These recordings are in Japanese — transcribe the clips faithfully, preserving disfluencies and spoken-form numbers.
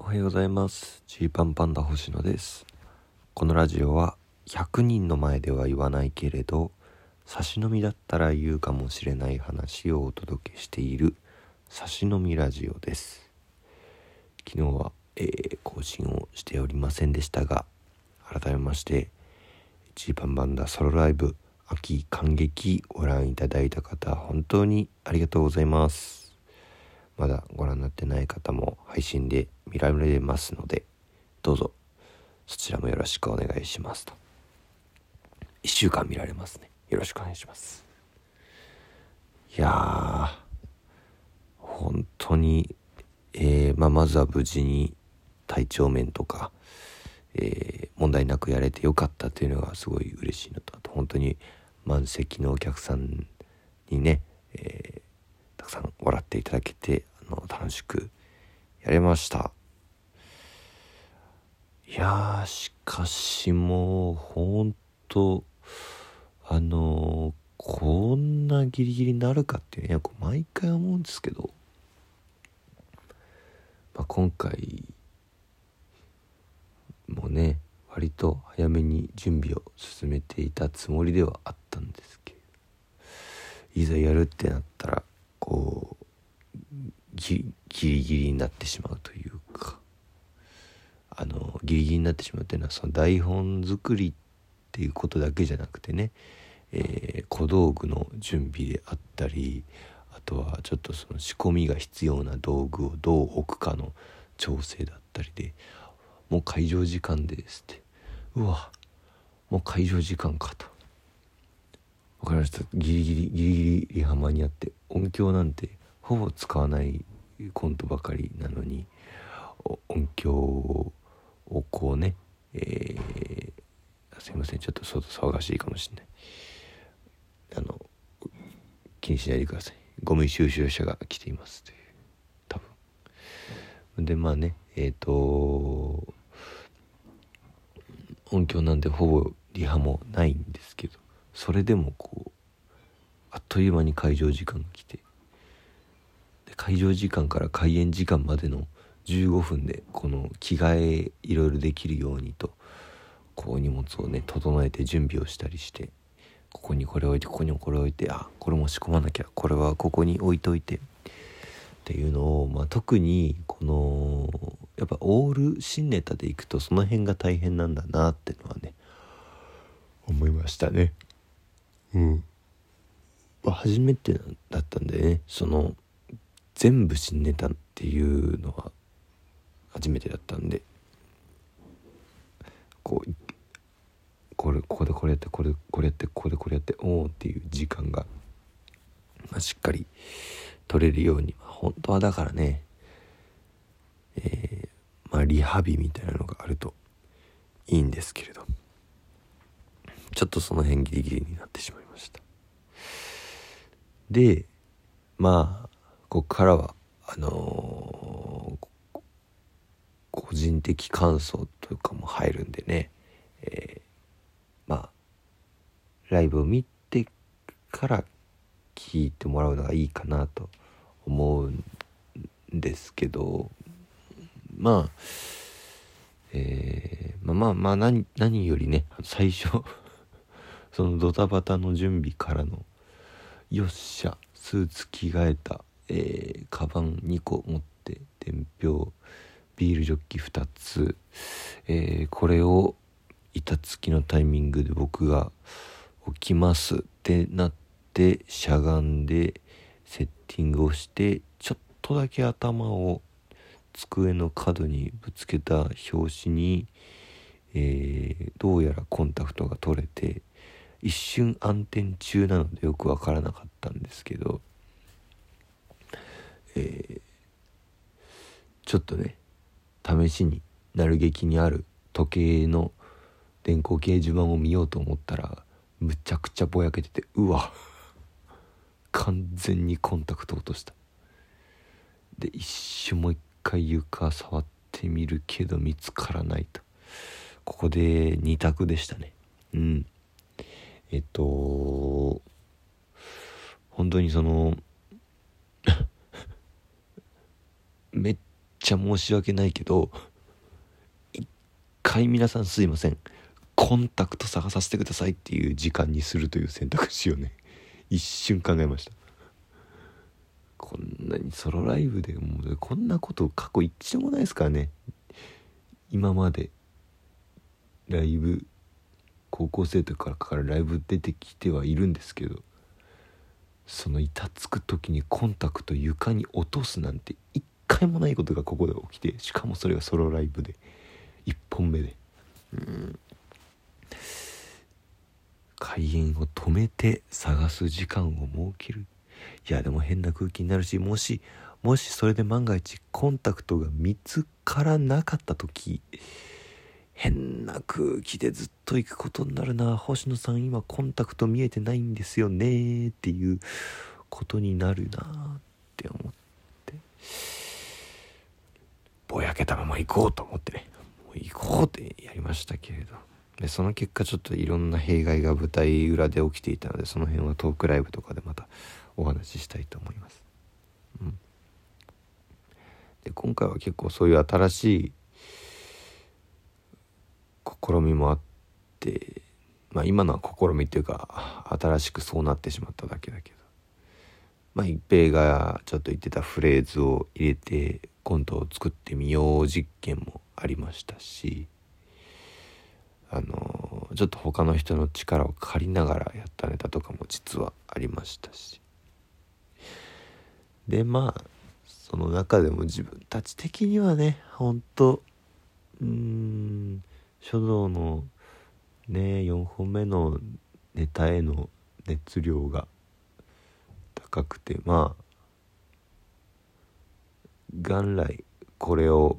おはようございます。ジーパンパンダ星野です。このラジオはひゃくにんの前では言わないけれど差し飲みだったら言うかもしれない話をお届けしている差し飲みラジオです。昨日は、えー、更新をしておりませんでしたが、改めましてジーパンパンダソロライブ秋感激ご覧いただいた方、本当にありがとうございます。まだご覧になってない方も配信で見られますので、どうぞそちらもよろしくお願いしますと。いっしゅうかん見られますね。よろしくお願いします。いやー本当に、えーまあ、まずは無事に体調面とか、えー、問題なくやれてよかったというのがすごい嬉しいのと、あと本当に満席のお客さんにね、えーたくさん笑っていただけて、あの楽しくやれました。いやーしかしもうほんとあのー、こんなギリギリになるかっていうね、毎回思うんですけど、まあ、今回もね割と早めに準備を進めていたつもりではあったんですけど、いざやるってなったらこうギリギリになってしまうというか、あのギリギリになってしまうというのは、その台本作りっていうことだけじゃなくてね、えー、小道具の準備であったり、あとはちょっとその仕込みが必要な道具をどう置くかの調整だったりで、もう会場時間ですって、うわもう会場時間かと、わかりました。ギリギリギリギリリハ間にあって、音響なんてほぼ使わないコントばかりなのに、音響をこうね、えー、すいませんちょっと外騒がしいかもしれない、あの気にしないでください。ゴミ収集車が来ていますという、多分でまあねえっ、ー、と音響なんでほぼリハもないんですけど、それでもこうあっという間に会場時間が来て、で会場時間から開演時間までのじゅうごふんでこの着替えいろいろできるようにと、こう荷物をね整えて準備をしたりして、ここにこれ置いてここにこれ置いて、あこれも仕込まなきゃ、これはここに置いといてっていうのを、まあ、特にこのやっぱオール新ネタでいくとその辺が大変なんだなってのはね思いましたね。うん、まあ、初めてだったんでね、その全部新ネタっていうのは初めてだったんで、こうこれここでこれやってこれこれやってここでこれやっておーっていう時間が、まあ、しっかり取れるように、まあ、本当はだからね、えー、まあリハビみたいなのがあるといいんですけれど、ちょっとその辺ギリギリになってしまいました。でまあここからはあのー、個人的感想というかも入るんでね、えー、まあライブを見てから聞いてもらうのがいいかなと思うんですけど、まあえー、まあまあまあ何何よりね、最初そのドタバタの準備からのよっしゃスーツ着替えた、えー、カバンにこ持って伝票ビールジョッキふたつ、えー、これを板付きのタイミングで僕が起きますってなってしゃがんでセッティングをして、ちょっとだけ頭を机の角にぶつけた拍子に、えー、どうやらコンタクトが取れて、一瞬暗転中なのでよくわからなかったんですけど、えー、ちょっとね試しになる劇にある時計の電光掲示板を見ようと思ったらむちゃくちゃぼやけてて、うわ完全にコンタクト落とした。で一瞬もう一回床触ってみるけど見つからないと、ここでに択でしたね。うんえっと本当にそのめっちゃ申し訳ないけど、一回皆さんすいません、コンタクト探させてくださいっていう時間にするという選択肢をね、一瞬考えました。こんなにソロライブでもうこんなこと過去一度もないですからね。今までライブ、高校生とかからライブ出てきてはいるんですけど、その板つく時にコンタクト床に落とすなんて一回もないことがここで起きて、しかもそれがソロライブで一本目で、うん、開演を止めて探す時間を設ける。いやでも変な空気になるし、もしもしそれで万が一コンタクトが見つからなかった時、変な空気でずっと行くことになるな。星野さん今コンタクト見えてないんですよねっていうことになるなって思って、ぼやけたまま行こうと思ってね、もう行こうってやりましたけれど、でその結果ちょっといろんな弊害が舞台裏で起きていたので、その辺はトークライブとかでまたお話ししたいと思います。うん、で今回は結構そういう新しい試みもあって、まあ今のは試みっていうか新しくそうなってしまっただけだけど、まあ一平がちょっと言ってたフレーズを入れてコントを作ってみよう実験もありましたし、あのちょっと他の人の力を借りながらやったネタとかも実はありましたし、でまあその中でも自分たち的にはね、ほんとうーん書道のねよんほんめのネタへの熱量が高くて、まあ元来これを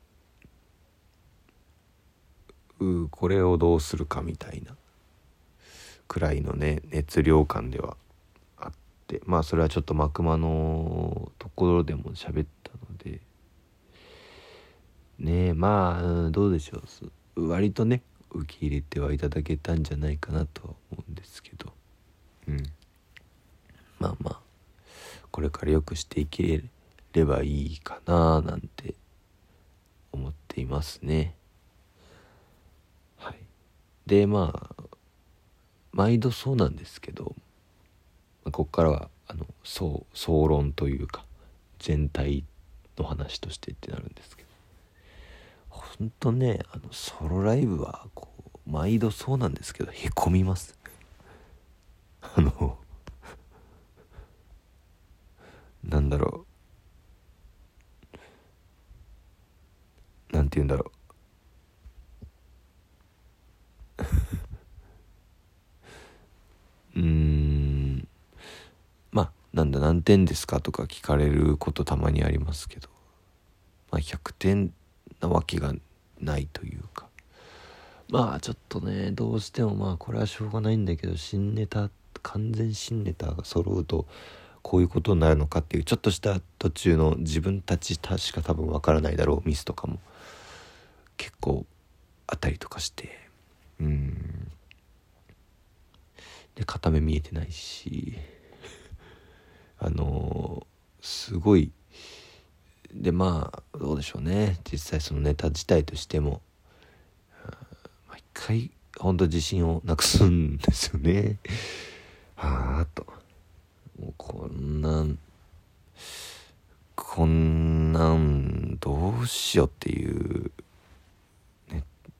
うこれをどうするかみたいなくらいのね熱量感ではあって、まあそれはちょっと幕間のところでも喋ったのでね、まあどうでしょう、割とね受け入れてはいただけたんじゃないかなとは思うんですけど、うんまあまあこれからよくしていければいいかななんて思っていますね。はい。でまあ毎度そうなんですけど、ここからはあの総総論というか全体の話としてってなるんですけど、ほんとねあのソロライブはこう毎度そうなんですけどへこみますあのなんだろうなんて言うんだろううーんまあなんだ何点ですかとか聞かれることたまにありますけど、まあ、ひゃくてんなわけがないというか、まあちょっとねどうしてもまあこれはしょうがないんだけど、新ネタ完全新ネタが揃うとこういうことになるのかっていうちょっとした途中の自分たちしか多分わからないだろうミスとかも結構あったりとかして、うーんで片目見えてないしあのー、すごいでまあどうでしょうね、実際そのネタ自体としても毎回ほんと自信をなくすんですよねはあともうこんなんこんなんどうしようっていうね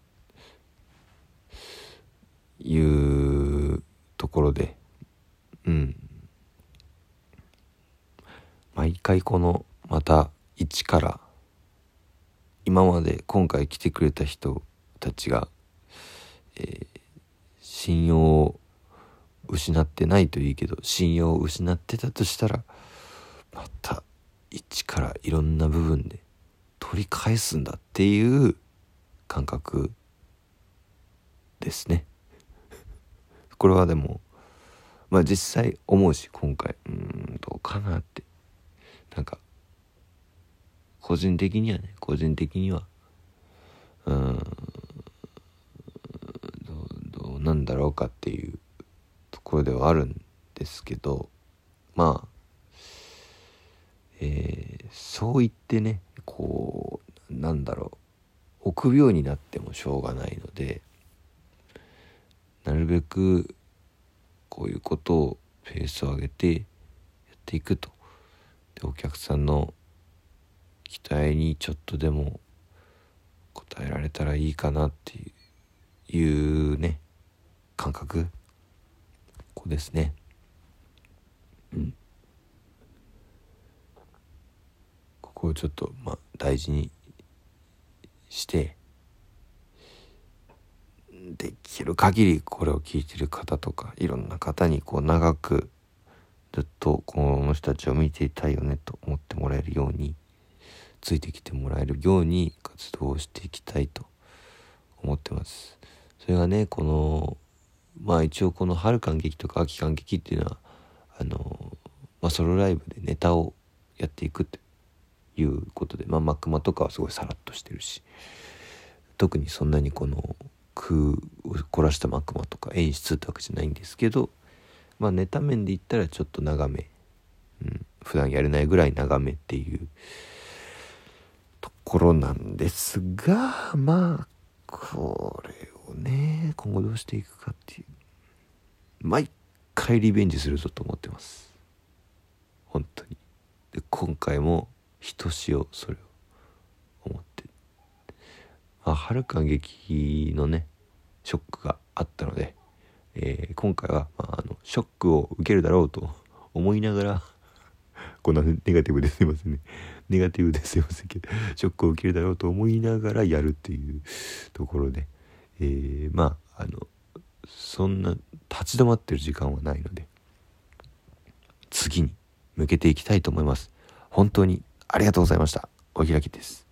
いうところで、うん毎回このまた一から今まで今回来てくれた人たちが、えー、信用を失ってないといいけど信用を失ってたとしたらまた一からいろんな部分で取り返すんだっていう感覚ですねこれはでもまあ実際思うし、今回うーんどうかなってなんか個人的にはね個人的にはうーんどう、どうなんだろうかっていうところではあるんですけど、まあえー、そう言ってねこうなんだろう臆病になってもしょうがないので、なるべくこういうことをペースを上げてやっていくと。でお客さんの期待にちょっとでも応えられたらいいかなっていういうね感覚こうですね。うんここをちょっとまあ大事にしてできる限りこれを聞いてる方とかいろんな方にこう長くずっとこの人たちを見ていたいよねと思ってもらえるようについてきてもらえるように活動をしていきたいと思ってます。それがねこのまあ一応この春感激とか秋感激っていうのはあの、まあ、ソロライブでネタをやっていくということで、まあマクマとかはすごいさらっとしてるし特にそんなにこの空を凝らしたマクマとか演出ってわけじゃないんですけど、まあネタ面で言ったらちょっと長め、うん、普段やれないぐらい長めっていうところなんですが、まあこれをね今後どうしていくかっていう毎回リベンジするぞと思ってます本当に。で今回もひとしおそれを思って、まあ、春感激のねショックがあったので、えー、今回は、まあ、あのショックを受けるだろうと思いながらこんなネガティブですいませんねネガティブですいませんけどショックを受けるだろうと思いながらやるっていうところで、えー、まああのそんな立ち止まってる時間はないので次に向けていきたいと思います。本当にありがとうございました。お開きです。